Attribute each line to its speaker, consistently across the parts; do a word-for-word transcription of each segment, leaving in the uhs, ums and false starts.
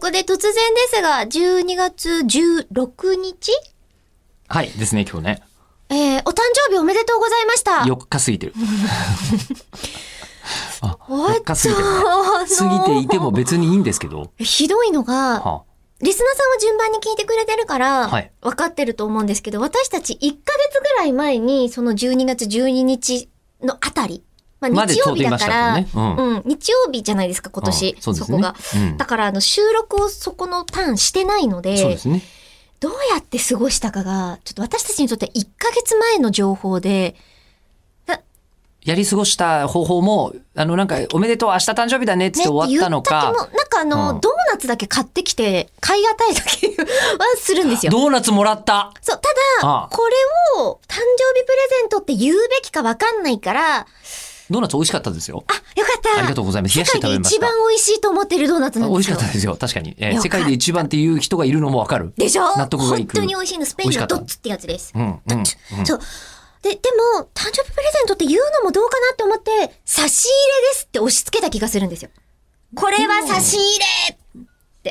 Speaker 1: こで突然ですが、じゅうにがつじゅうろくにち
Speaker 2: はいですね、今日ね。
Speaker 1: えー、お誕生日おめでとうございました。
Speaker 2: よっか過ぎてる。あ、
Speaker 1: お
Speaker 2: よっか過ぎてる、ね。過ぎていても別にいいんですけど。
Speaker 1: ひどいのが、はあ、リスナーさんは順番に聞いてくれてるから、はい、分かってると思うんですけど、私たちいっかげつぐらい前に、そのじゅうにがつじゅうににちのあたり、まあ、日曜日だから、ね、うん、うん、日曜日じゃないですか、今年。うん、 そ, ね、そこが、うん。だから、あの、収録をそこのターンしてないので、
Speaker 2: そうですね。
Speaker 1: どうやって過ごしたかが、ちょっと私たちにとっていっかげつまえの情報で、
Speaker 2: やり過ごした方法も、あの、なんか、おめでとう、明日誕生日だねって終わったのか。
Speaker 1: ね、言った気もなんかあの、うん、ドーナツだけ買ってきて、買い与えた気はするんですよ。
Speaker 2: ドーナツもらった。
Speaker 1: そう、ただ、ああこれを誕生日プレゼントって言うべきかわかんないから、
Speaker 2: ドーナツ美味しかったですよ。
Speaker 1: あ、よかった。
Speaker 2: ありがとうございます。冷やして食べました。
Speaker 1: 世界で一番美味しいと思ってるドーナツなんですよ。
Speaker 2: 美味しかったですよ。確かに。えー、世界で一番っていう人がいるのもわかる。
Speaker 1: でしょ？
Speaker 2: 納得がいく。
Speaker 1: 本当に美味しいの。スペインのドッツってやつです。
Speaker 2: うん、うん、うん。
Speaker 1: そう。で、でも、誕生日プレゼントって言うのもどうかなって思って、差し入れですって押し付けた気がするんですよ。これは差し入れって。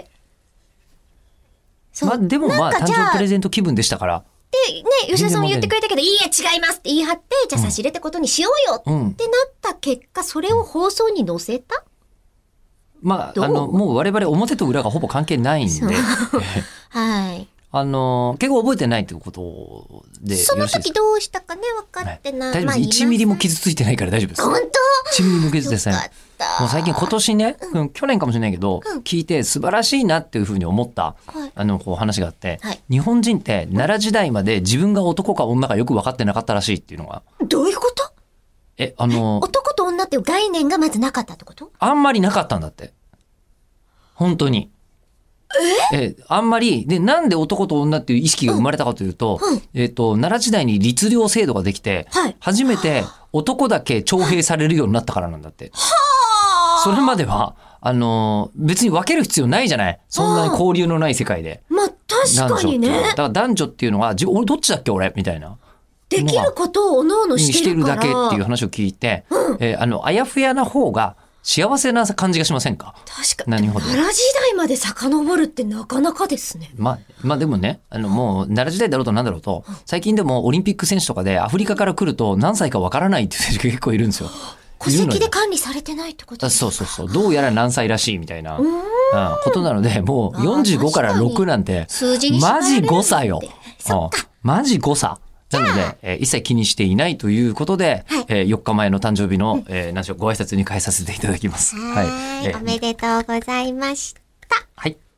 Speaker 2: そう。まあ、でもまあ、誕生日プレゼント気分でしたから。
Speaker 1: で、ね、吉田さんも言ってくれたけど、いいえ、違いますって言い張って、じゃあ差し入れってことにしようよってなった結果、それを放送に載せた？
Speaker 2: まあ、あの、もう我々表と裏がほぼ関係ないんで。
Speaker 1: はい。
Speaker 2: あの、結構覚えてないってことで。
Speaker 1: その時どうしたかね、分かってない。
Speaker 2: 大丈夫です。いちミリも傷ついてないから大丈夫です。
Speaker 1: 本当？
Speaker 2: いちミリも傷ついてない。もう最近今年ね、うん、去年かもしれないけど、うん、聞いて素晴らしいなっていうふうに思った、はい、あのこう話があって、はい、日本人って奈良時代まで自分が男か女かよく分かってなかったらしいっていうのが。
Speaker 1: どういうこと？
Speaker 2: え、あの
Speaker 1: 男と女っていう概念がまずなかったってこと？
Speaker 2: あんまりなかったんだって。本当に。ええ、あんまりで、なんで男と女っていう意識が生まれたかというと、うん、えっと奈良時代に律令制度ができて、はい、初めて男だけ徴兵されるようになったからなんだって。はあ、それまではあの別に分ける必要ないじゃない。そんなに交流のない世界で。
Speaker 1: まあ確かにね。
Speaker 2: だから男女っていうのは、俺どっちだっけ俺みたいな。
Speaker 1: できることをおのおのしてるから。
Speaker 2: してるだけっていう話を聞いて、うん、えー、あのあやふやな方が幸せな感じがしませんか？
Speaker 1: 確かに。奈良時代まで遡るってなかなかですね。
Speaker 2: まあ、まあでもね、あのもう奈良時代だろうとなんだろうと、最近でもオリンピック選手とかでアフリカから来ると何歳かわからないっていう選手が結構いるんですよ。
Speaker 1: 戸籍で管理されてないってことですか？
Speaker 2: そうそうそう。どうやら何歳らしいみたいな、うん、ことなので、もうよんじゅうごからろくなんて、マジ誤差よ。
Speaker 1: そっか。
Speaker 2: マジ誤差。なので、えー、一切気にしていないということで、はい、えー、よっかまえの誕生日の、えー、何でしょう、ご挨拶に変えさせていただきます。
Speaker 1: はい、えー、おめでとうございました。
Speaker 2: はい。